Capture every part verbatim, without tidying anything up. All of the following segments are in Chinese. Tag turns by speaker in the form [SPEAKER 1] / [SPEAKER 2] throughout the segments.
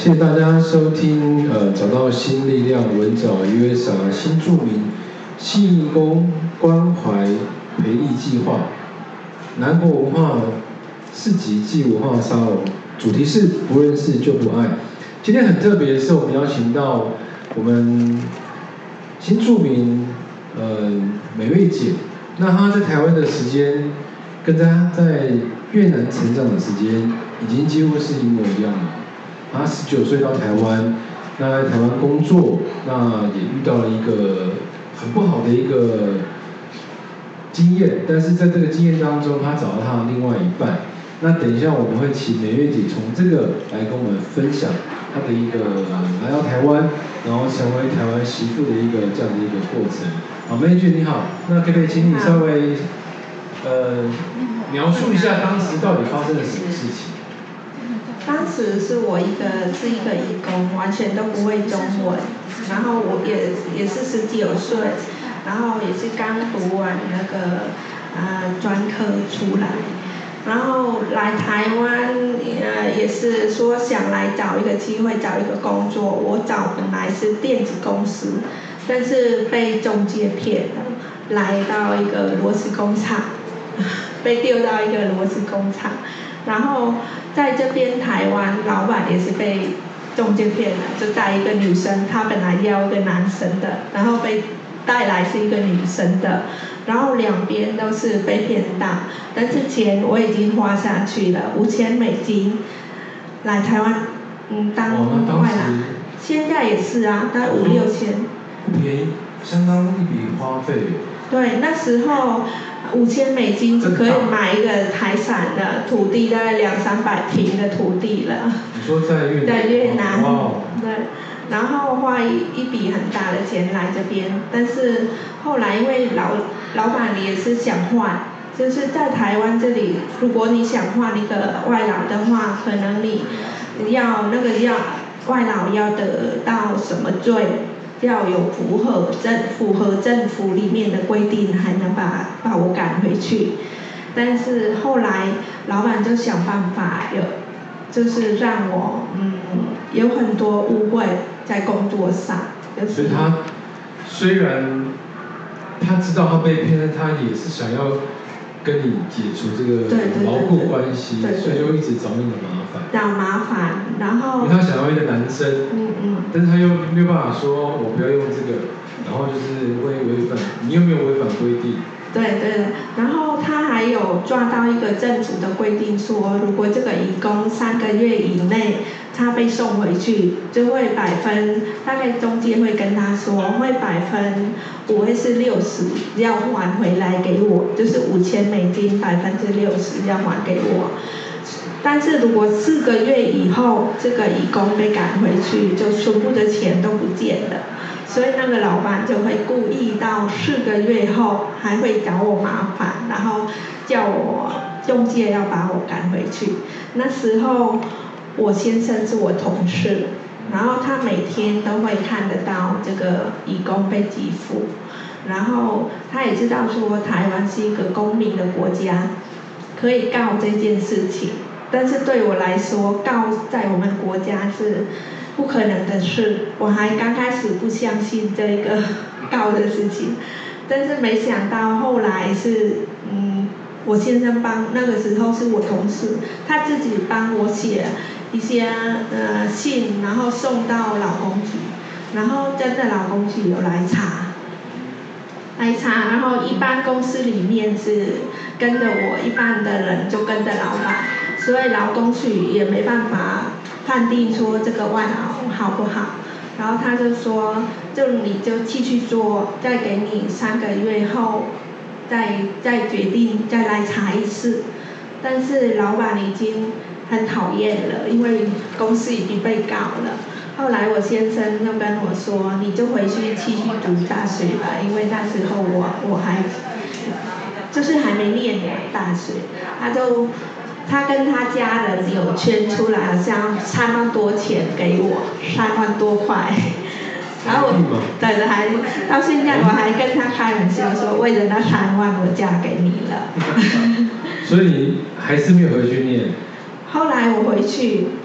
[SPEAKER 1] 谢谢大家收听呃找到新力量文藻 U S R 新著名信义工关怀培力计划南国文化市集暨文化沙龙，主题是不认识就不爱。今天很特别的是，我们邀请到我们新著名呃美瑞姐，那她在台湾的时间跟她在越南成长的时间已经几乎是一模一样了。他十九岁到台湾，那在台湾工作，那也遇到了一个很不好的一个经验，但是在这个经验当中，他找到他的另外一半。那等一下我们会请美月姐从这个来跟我们分享她的一个来到台湾，然后成为台湾媳妇的一个这样的一个过程。好，美月姐你好，那可不可以请你稍微呃描述一下当时到底发生了什么事情？
[SPEAKER 2] 当时是我一个是一个义工，完全都不会中文，然后我也也是十九岁，然后也是刚读完那个呃专科出来，然后来台湾呃也是说想来找一个机会找一个工作，我找本来是电子公司，但是被中介骗了，来到一个螺丝工厂，被丢到一个螺丝工厂。然后在这边台湾，老板也是被中介骗了，就带一个女生，他本来要一个男生的，然后被带来是一个女生的，然后两边都是被骗到，但是钱我已经花下去了，五千美金，来台湾，嗯，当外劳，现在也是啊，大概五六千，
[SPEAKER 1] 不便宜，相当一笔花费。
[SPEAKER 2] 对，那时候五千美金就可以买一个台产的土地，大概两三百平的土地了。
[SPEAKER 1] 你说在越南？
[SPEAKER 2] 在越南，
[SPEAKER 1] 哦、
[SPEAKER 2] 对，然后花一一笔很大的钱来这边，但是后来因为老老板也是想换，就是在台湾这里，如果你想换一个外劳的话，可能你要那个要外劳要得到什么罪？要有符合政符合政府里面的规定，还能把把我赶回去。但是后来老板就想办法，有就是让我嗯有很多误会在工作上。就是、
[SPEAKER 1] 所以他虽然他知道他被骗，但他也是想要跟你解除这个牢固关系，所以就一直找你的麻烦。
[SPEAKER 2] 找麻烦，然后。
[SPEAKER 1] 因为他想要一个男生，
[SPEAKER 2] 嗯嗯。
[SPEAKER 1] 但是他又没有办法说，我不要用这个，然后就是会违反，你又没有违反规定。
[SPEAKER 2] 对对，然后他还有抓到一个政府的规定说，如果这个移工三个月以内他被送回去，就会百分，大概中介会跟他说，会百分五会是六十要还回来给我，就是五千美金百分之六十要还给我。但是如果四个月以后这个移工被赶回去，就全部的钱都不见了。所以那个老板就会故意到四个月后还会找我麻烦，然后叫我中介要把我赶回去。那时候我先生是我同事，然后他每天都会看得到这个移工被给付，然后他也知道说台湾是一个公民的国家，可以告这件事情。但是对我来说，告在我们国家是不可能的事，我还刚开始不相信这个告的事情，但是没想到后来是，嗯，我先生帮那个时候是我同事，他自己帮我写一些呃信，然后送到劳工局，然后真的劳工局有来查。来查，然后一般公司里面是跟着我，一般的人就跟着老板，所以劳工局也没办法判定说这个外劳好不好。然后他就说，就你就继续做，再给你三个月后，再再决定再来查一次。但是老板已经很讨厌了，因为公司已经被告了。后来我先生就跟我说，你就回去继续读大学吧，因为那时候我我还就是还没念大学，他就他跟他家人有圈出来，好像三万多钱给我，三万多块。然后我对的还到现在我还跟他开玩笑说，为了那三万我嫁给你了。
[SPEAKER 1] 所以你还是没有回去念？
[SPEAKER 2] 后来我回去，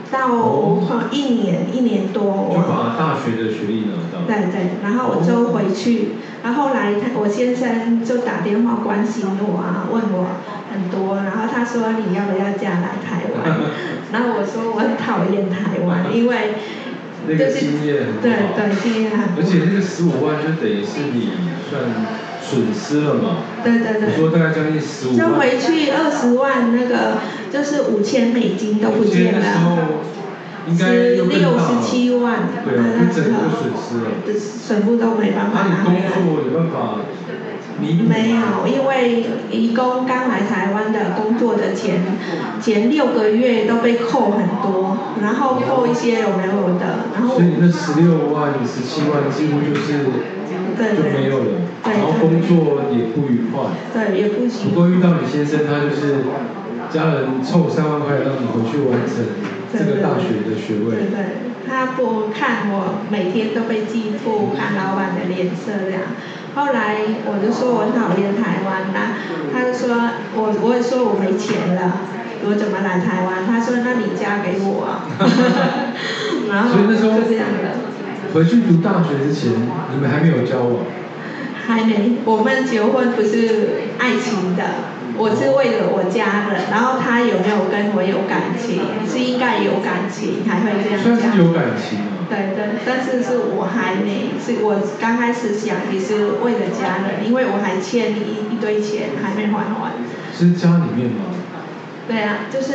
[SPEAKER 2] 到一年、哦、一年多，
[SPEAKER 1] 就把大学的学历拿到。
[SPEAKER 2] 对对，然后我就回去，然后后来他我先生就打电话关心我啊，问我很多，然后他说你要不要嫁来台湾？然后我说我很讨厌台湾，因为
[SPEAKER 1] 那个经验很不好，
[SPEAKER 2] 对对，经验很不好，
[SPEAKER 1] 而且那个十五万就等于是你算损失了嘛？
[SPEAKER 2] 对对对。
[SPEAKER 1] 你说大概将近十五万。
[SPEAKER 2] 就回去二十万，那个就是五千美金都不见了。
[SPEAKER 1] 那时候应该
[SPEAKER 2] 十六十七万，
[SPEAKER 1] 对啊，那整个损失了。
[SPEAKER 2] 全部都没办法拿回来。
[SPEAKER 1] 那你工作有办法？
[SPEAKER 2] 没有，因为移工刚来台湾的工作的钱，前六个月都被扣很多，然后扣一些有没有的，然后。
[SPEAKER 1] 所以那十六万、十七万几乎就是就没有了，然后工作也不愉快。
[SPEAKER 2] 对，也不行。
[SPEAKER 1] 不过遇到你先生，他就是家人凑三万块让你回去完成这个大学的学位。
[SPEAKER 2] 对对，他不看我每天都被继父看老板的脸色这样。后来我就说我讨厌台湾啦，他就说我我也说我没钱了，我怎么来台湾？他说那你嫁给我啊。然后就这样的。
[SPEAKER 1] 回去读大学之前，你们还没有交往？
[SPEAKER 2] 还没，我们结婚不是爱情的，我是为了我家人，然后他有没有跟我有感情，是应该有感情才会这样讲。
[SPEAKER 1] 算是有感情啊。
[SPEAKER 2] 对对，但是是我还没，是我刚开始想也是为了家人，因为我还欠一一堆钱还没还完。
[SPEAKER 1] 是家里面吗？
[SPEAKER 2] 对啊，就是。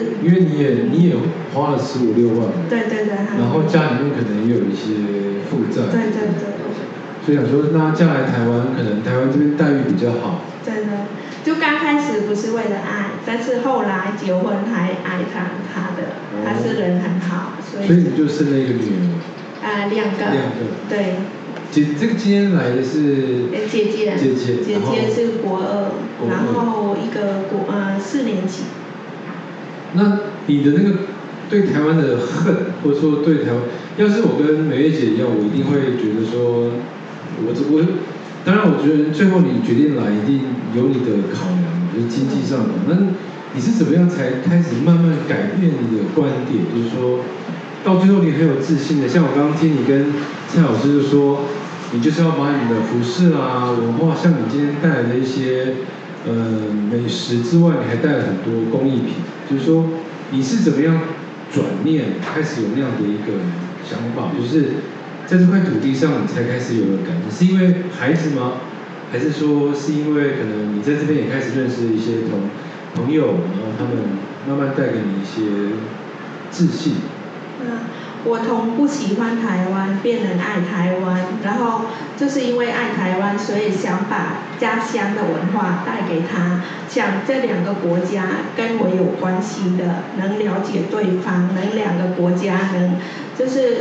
[SPEAKER 1] 因为你也你也花了十五六万。
[SPEAKER 2] 对对对。
[SPEAKER 1] 然后家里面可能也有一些负债。
[SPEAKER 2] 对对对。
[SPEAKER 1] 所以想说，那嫁来台湾，可能台湾这边待遇比较好。
[SPEAKER 2] 真的，就刚开始不是为了爱，但是后来结婚还爱上他的，哦、他是人很好，所以。
[SPEAKER 1] 所以你就生了一个女儿。
[SPEAKER 2] 呃，两个。
[SPEAKER 1] 两个。
[SPEAKER 2] 对。
[SPEAKER 1] 姐，这个今天来的是。
[SPEAKER 2] 姐姐。
[SPEAKER 1] 姐姐。
[SPEAKER 2] 姐姐是国二，
[SPEAKER 1] 国二
[SPEAKER 2] 然后一个国呃四年级。
[SPEAKER 1] 那你的那个对台湾的恨，或者说对台湾，要是我跟美月姐一样，我一定会觉得说。我我当然，我觉得最后你决定来，一定有你的考量，就是经济上的。那你是怎么样才开始慢慢改变你的观点？就是说到最后你很有自信的，像我刚刚听你跟蔡老师就说，你就是要把你的服饰啊、文化，像你今天带来的一些呃美食之外，你还带了很多工艺品。就是说你是怎么样转念，开始有那样的一个想法，就是。在这块土地上，你才开始有了感觉，是因为孩子吗？还是说是因为可能你在这边也开始认识一些同朋友，然后他们慢慢带给你一些自信？
[SPEAKER 2] 嗯，我从不喜欢台湾变成爱台湾，然后就是因为爱台湾，所以想把家乡的文化带给他，想这两个国家跟我有关系的，能了解对方，能两个国家能就是。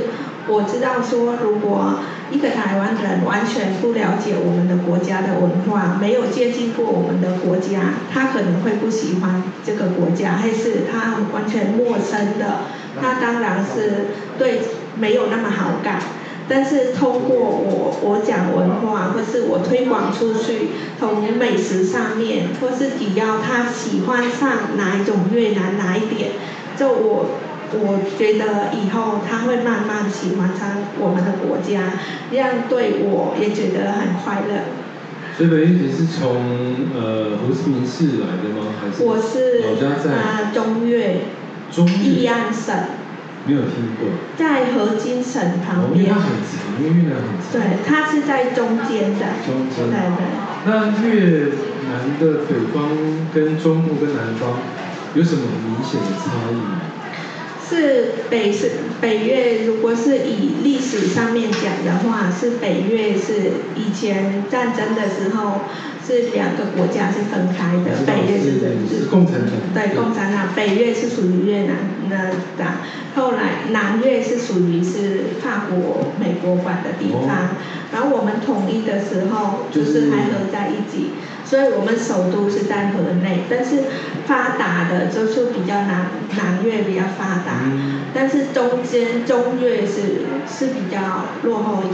[SPEAKER 2] 我知道说，如果一个台湾人完全不了解我们的国家的文化，没有接近过我们的国家，他可能会不喜欢这个国家，还是他完全陌生的，他当然是对没有那么好感。但是通过我我讲文化，或是我推广出去，从美食上面，或是只要他喜欢上哪一种越南哪一点，就我。我觉得以后他会慢慢喜欢上我们的国家，这样对我也觉得很快乐。
[SPEAKER 1] 所以本玉姐是从呃胡志明市来的吗？还是？
[SPEAKER 2] 我是
[SPEAKER 1] 老家在
[SPEAKER 2] 呃中越。
[SPEAKER 1] 中越。
[SPEAKER 2] 义安省。
[SPEAKER 1] 没有听过。
[SPEAKER 2] 在河津省旁边。
[SPEAKER 1] 因为它很长，因为越南很长。
[SPEAKER 2] 对，它是在中间的。
[SPEAKER 1] 中间。
[SPEAKER 2] 对对。
[SPEAKER 1] 那越南的北方跟中部跟南方有什么明显的差异吗？
[SPEAKER 2] 是北是北越，如果是以历史上面讲的话，是北越是以前战争的时候是两个国家是分开的，北越是
[SPEAKER 1] 是共产党，
[SPEAKER 2] 对共产党，北越是属于越南的党，后来南越是属于是法国、美国管的地方，然后我们统一的时候就是还合在一起。所以我们首都是在河内，但是发达的就是比较南南越比较发达，嗯、但是中间中越是是比较落后一点。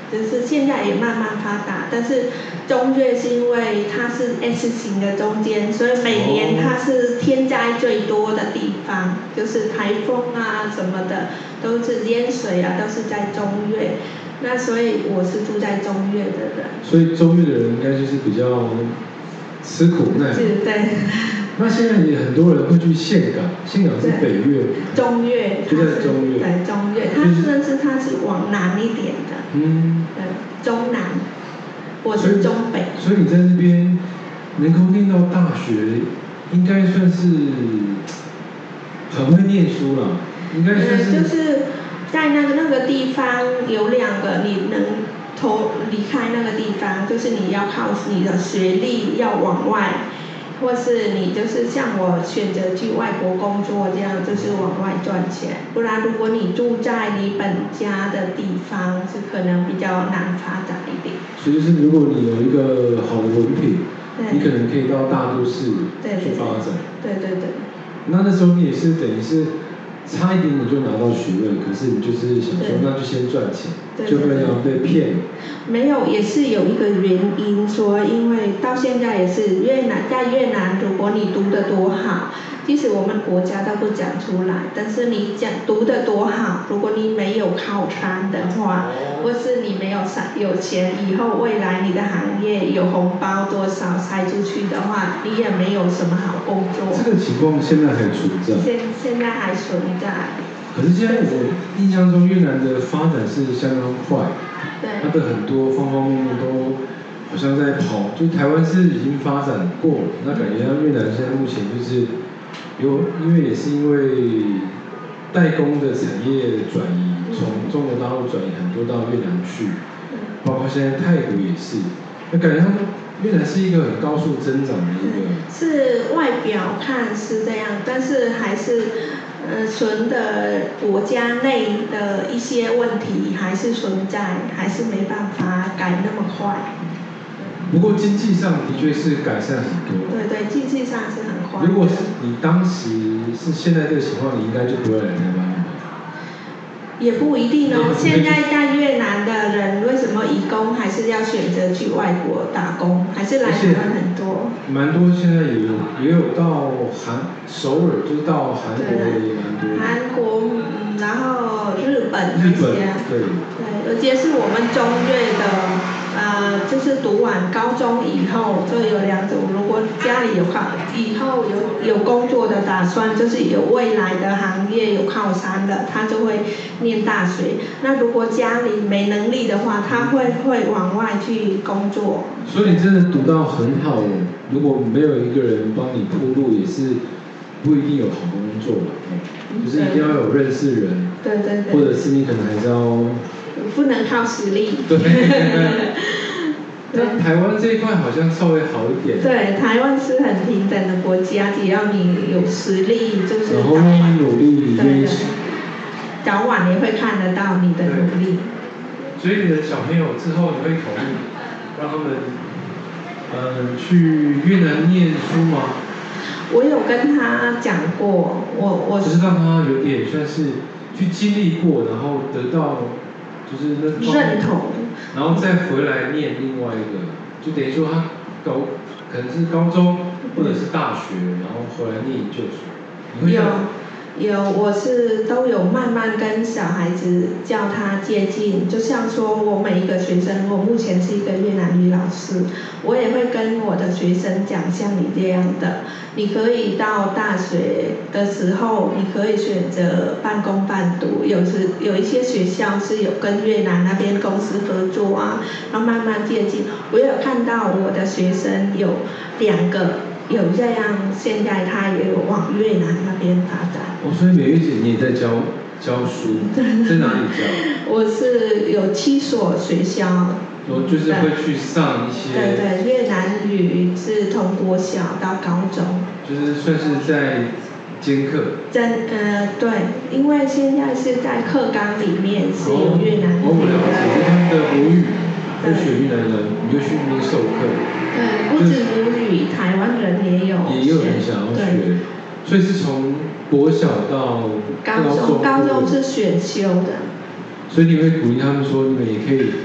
[SPEAKER 2] 就是现在也慢慢发达，但是中越是因为它是 S 型的中间，所以每年它是天灾最多的地方，就是台风啊什么的，都是淹水啊，都是在中越。那所以我是住在中越的人。
[SPEAKER 1] 所以中越的人应该就是比较吃苦耐劳。
[SPEAKER 2] 是，对。
[SPEAKER 1] 那现在也很多人会去岘港，岘港是北越，
[SPEAKER 2] 中越，
[SPEAKER 1] 就在中越。
[SPEAKER 2] 对，中越，它甚至它是往南一点的。
[SPEAKER 1] 嗯。
[SPEAKER 2] 对，中南，我是中北。
[SPEAKER 1] 所以你在那边能够念到大学，应该算是很会念书了，应该算是。
[SPEAKER 2] 嗯，就是在那个那个地方有两个，你能投离开那个地方，就是你要靠你的学历要往外。或是你就是像我选择去外国工作这样，就是往外赚钱。不然如果你住在你本家的地方，是可能比较难发展一点。
[SPEAKER 1] 所以就是如果你有一个好的文凭，你可能可以到大都市去发展。
[SPEAKER 2] 对对 对, 对, 对。
[SPEAKER 1] 那那时候你也是等于是差一点你就拿到学位，可是你就是想说那就先赚钱，就不要被骗。
[SPEAKER 2] 没有，也是有一个原因说，因为到现在也是越南，在越南，如果你读得多好，即使我们国家都不讲出来，但是你讲读得多好，如果你没有靠山的话，或是你没有有钱，以后未来你的行业有红包多少塞出去的话，你也没有什么好工作。
[SPEAKER 1] 这个情况现在还存在。
[SPEAKER 2] 现现在还存在。
[SPEAKER 1] 可是现在我印象中越南的发展是相当快，它的很多方方面面都好像在跑，就台湾是已经发展过了，那感觉像越南现在目前就是有，因为也是因为代工的产业转移，从中国大陆转移很多到越南去，包括现在泰国也是，那感觉他们越南是一个很高速增长的一个。
[SPEAKER 2] 是外表看是这样，但是还是。呃，存的国家内的一些问题还是存在，还是没办法改那么快。
[SPEAKER 1] 不过经济上的确是改善很多。
[SPEAKER 2] 对对，经济上是很快。
[SPEAKER 1] 如果是你当时是现在这个情况，你应该就不会来台湾了。
[SPEAKER 2] 也不一定哦，现在在越南的人为什么移工还是要选择去外国打工，还是来台湾很多。
[SPEAKER 1] 蛮多现在也有也有到韩首尔，就是到韩国的也蛮多。
[SPEAKER 2] 韩国，嗯，然后日本那些。
[SPEAKER 1] 对。
[SPEAKER 2] 对，尤其是我们中越的。呃，就是读完高中以后，就有两种，如果家里有靠，以后有有工作的打算，就是有未来的行业有靠山的，他就会念大学。那如果家里没能力的话，他会会往外去工作。
[SPEAKER 1] 所以你真的读到很好，如果没有一个人帮你铺路，也是不一定有好工作的，嗯，就是一定要有认识人，
[SPEAKER 2] 对对对，
[SPEAKER 1] 或者是你可能还是要。
[SPEAKER 2] 不能靠实力。
[SPEAKER 1] 对。那台湾这一块好像稍微好一点。
[SPEAKER 2] 对，台湾是很平等的国家，只要你有实力，就是。
[SPEAKER 1] 然后愿意努力，愿意。
[SPEAKER 2] 早晚也会看得到你的努力。
[SPEAKER 1] 所以你的小朋友之后，你会考虑让他们，呃，去越南念书吗？
[SPEAKER 2] 我有跟他讲过，我我。
[SPEAKER 1] 就是让他有点算是去经历过，然后得到。就是那
[SPEAKER 2] 认同，
[SPEAKER 1] 然后再回来念另外一个，就等于说他高可能是高中或者是大学，然后回来念研究所。
[SPEAKER 2] 有有，我是都有慢慢跟小孩子叫他接近，就像说我每一个学生，我目前是一个越南语老师，我也会跟我的学生讲像你这样的，你可以到大学的时候，你可以选择半工半读，有时有一些学校是有跟越南那边公司合作啊，然后慢慢接近。我有看到我的学生有两个有这样，现在他也有往越南那边发展。
[SPEAKER 1] 哦，所以美玉姐你也在教教书，在哪里教？
[SPEAKER 2] 我是有七所学校。
[SPEAKER 1] 我就是会去上一些。
[SPEAKER 2] 对对，越南语是从国小到高中。
[SPEAKER 1] 就是算是在兼课。
[SPEAKER 2] 真呃对，因为现在是在课纲里面是有越南语的。
[SPEAKER 1] 哦，我了解，他们的母语会学越南人，你就去那边授课。
[SPEAKER 2] 对，不止母语，台湾人也有。
[SPEAKER 1] 也有人想要学，所以是从国小到高中。
[SPEAKER 2] 高中是选修的。
[SPEAKER 1] 所以你会鼓励他们说，你们也可以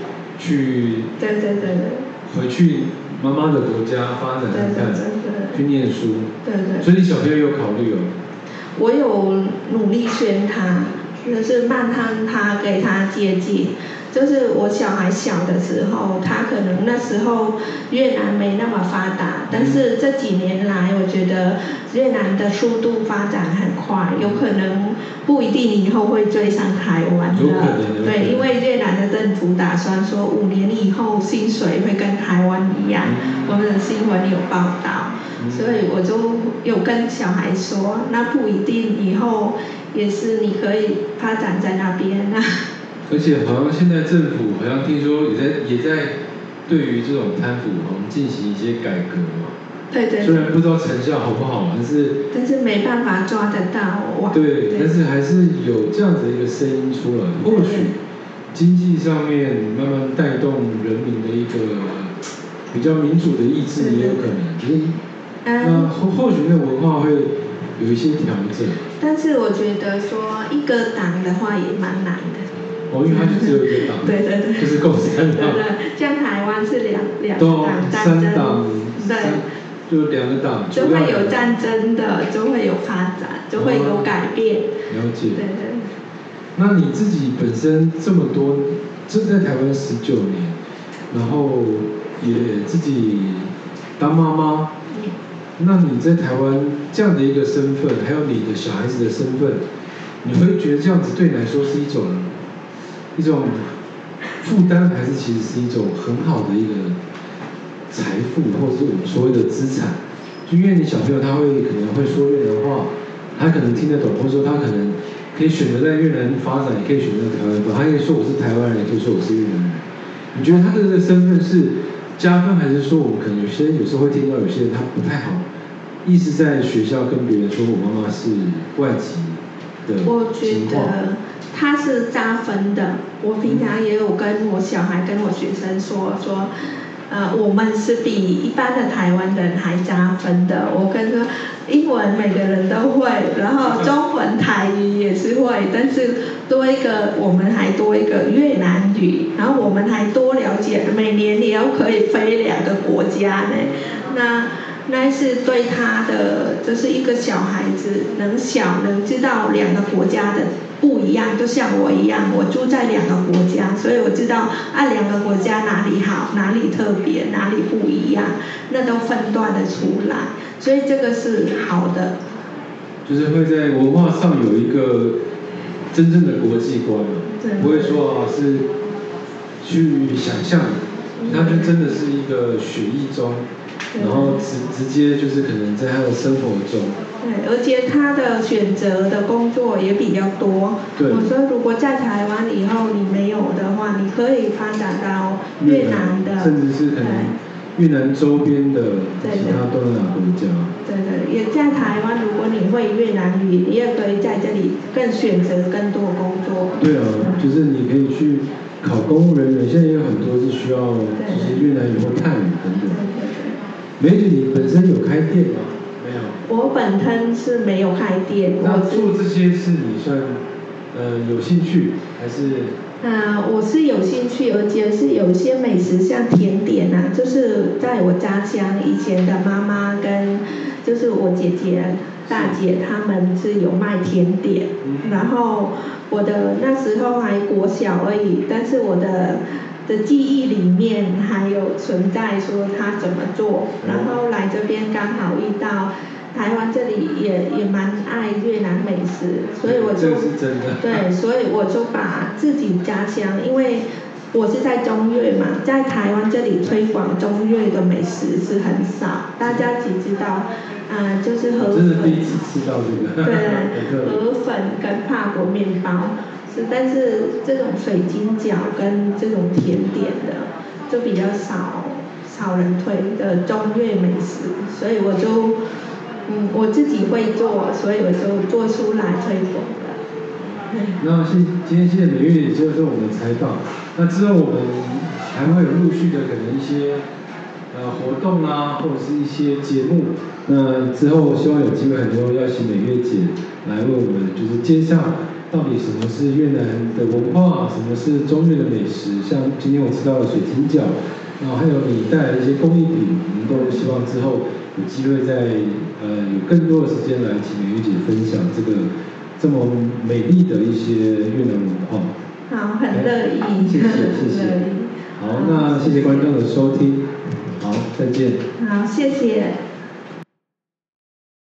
[SPEAKER 1] 去
[SPEAKER 2] 对对对对，
[SPEAKER 1] 回去妈妈的国家发展看看，去念书。
[SPEAKER 2] 对对。
[SPEAKER 1] 所以你小朋友有考虑哦？
[SPEAKER 2] 我有努力劝他，就是慢慢他给他接近。就是我小孩小的时候，他可能那时候越南没那么发达，但是这几年来，我觉得越南的速度发展很快，有可能不一定以后会追上台湾的。对，因为越南的政府打算说五年以后薪水会跟台湾一样，我们的新闻有报道，所以我就有跟小孩说，那不一定以后也是你可以发展在那边啊。
[SPEAKER 1] 而且好像现在政府好像听说也在也在对于这种贪腐好像进行一些改革嘛。
[SPEAKER 2] 对 对, 对。
[SPEAKER 1] 虽然不知道成效好不好，但是。
[SPEAKER 2] 但是没办法抓得到。
[SPEAKER 1] 对，对但是还是有这样子一个声音出来，或许经济上面慢慢带动人民的一个比较民主的意志也有可能，只是那或或许那文化会有一些调整。
[SPEAKER 2] 但是我觉得说一个党的话也蛮难的。
[SPEAKER 1] 哦，因为它就只有一个党。
[SPEAKER 2] 对对对。
[SPEAKER 1] 就是共产党。
[SPEAKER 2] 对对，像台湾是两两党战争。
[SPEAKER 1] 三党。
[SPEAKER 2] 对。
[SPEAKER 1] 就两个党。
[SPEAKER 2] 就会有战争的，就会有发展，就会有改变。
[SPEAKER 1] 哦、了解。
[SPEAKER 2] 对对。
[SPEAKER 1] 那你自己本身这么多，就在台湾十九年，然后也自己当妈妈。那你在台湾这样的一个身份，还有你的小孩子的身份，你会觉得这样子对你来说是一种一种负担，还是其实是一种很好的一个财富，或者是我们所谓的资产？就因为你小朋友他会可能会说越南话，他可能听得懂，或者说他可能可以选择在越南发展，也可以选择台湾发展，他可以说我是台湾人，也可以说我是越南人。你觉得他的这个身份是加分，还是说我们可能有些人有时候会听到有些人他不太好意思在学校跟别人说我妈妈是外籍的情况？
[SPEAKER 2] 我觉得他是加分的。我平常也有跟我小孩跟我学生说说，呃，我们是比一般的台湾人还加分的。我跟说英文每个人都会，然后中文台语也是会，但是多一个我们还多一个越南语，然后我们还多了解，每年也要可以飞两个国家呢。那那是对他的，就是一个小孩子能想能知道两个国家的不一样，就像我一样，我住在两个国家，所以我知道啊两个国家哪里好，哪里特别，哪里不一样，那都分段的出来，所以这个是好的。
[SPEAKER 1] 就是会在文化上有一个真正的国际观，不会说啊是去想象，它就真的是一个血液中。然后直直接就是可能在他的生活中。
[SPEAKER 2] 对，而且他的选择的工作也比较多。
[SPEAKER 1] 对。
[SPEAKER 2] 我说如果在台湾以后你没有的话，你可以发展到越南的，
[SPEAKER 1] 甚至是可能越南周边的其他东南亚国家。
[SPEAKER 2] 对对，也在台湾，如果你会越南语，你也可以在这里更选择更多工作。
[SPEAKER 1] 对啊，就是你可以去考公务人员，现在也有很多是需要就是越南语或泰语等等。梅姐，你本身有开店吗？没有。
[SPEAKER 2] 我本身是没有开店。
[SPEAKER 1] 那做这些是你算呃有兴趣还是？
[SPEAKER 2] 啊、呃，我是有兴趣，而且是有一些美食，像甜点啊，就是在我家乡以前的妈妈跟就是我姐姐、大姐他们是有卖甜点，嗯、然后我的那时候还国小而已，但是我的。的记忆里面还有存在说他怎么做，然后来这边刚好遇到台湾这里也也蛮爱越南美食，所以我就
[SPEAKER 1] 这是真的
[SPEAKER 2] 对，所以我就把自己家乡，因为我是在中越嘛，在台湾这里推广中越的美食是很少，大家只知道啊、呃、就是河粉，
[SPEAKER 1] 真的第一次吃到这个，
[SPEAKER 2] 对，河粉跟法国面包。但是这种水晶饺跟这种甜点的就比较少少人推的中越美食，所以我就嗯我自己会做，所以我就做出来推广了。
[SPEAKER 1] 那谢今天谢谢美玉接受我们的采访，那之后我们还会有陆续的可能一些呃活动啊，或者是一些节目，那之后希望有机会很多邀请美玉姐来为我们就是接下到底什么是越南的文化，什么是中越的美食。像今天我吃到了水晶饺，然后还有你带来的一些工艺品，我们都希望之后有机会在呃有更多的时间来请美玉姐分享这个这么美丽的一些越南文化。
[SPEAKER 2] 好，很乐意，
[SPEAKER 1] 谢谢谢谢。好，那谢谢观众的收听，好，再见。
[SPEAKER 2] 好，谢谢。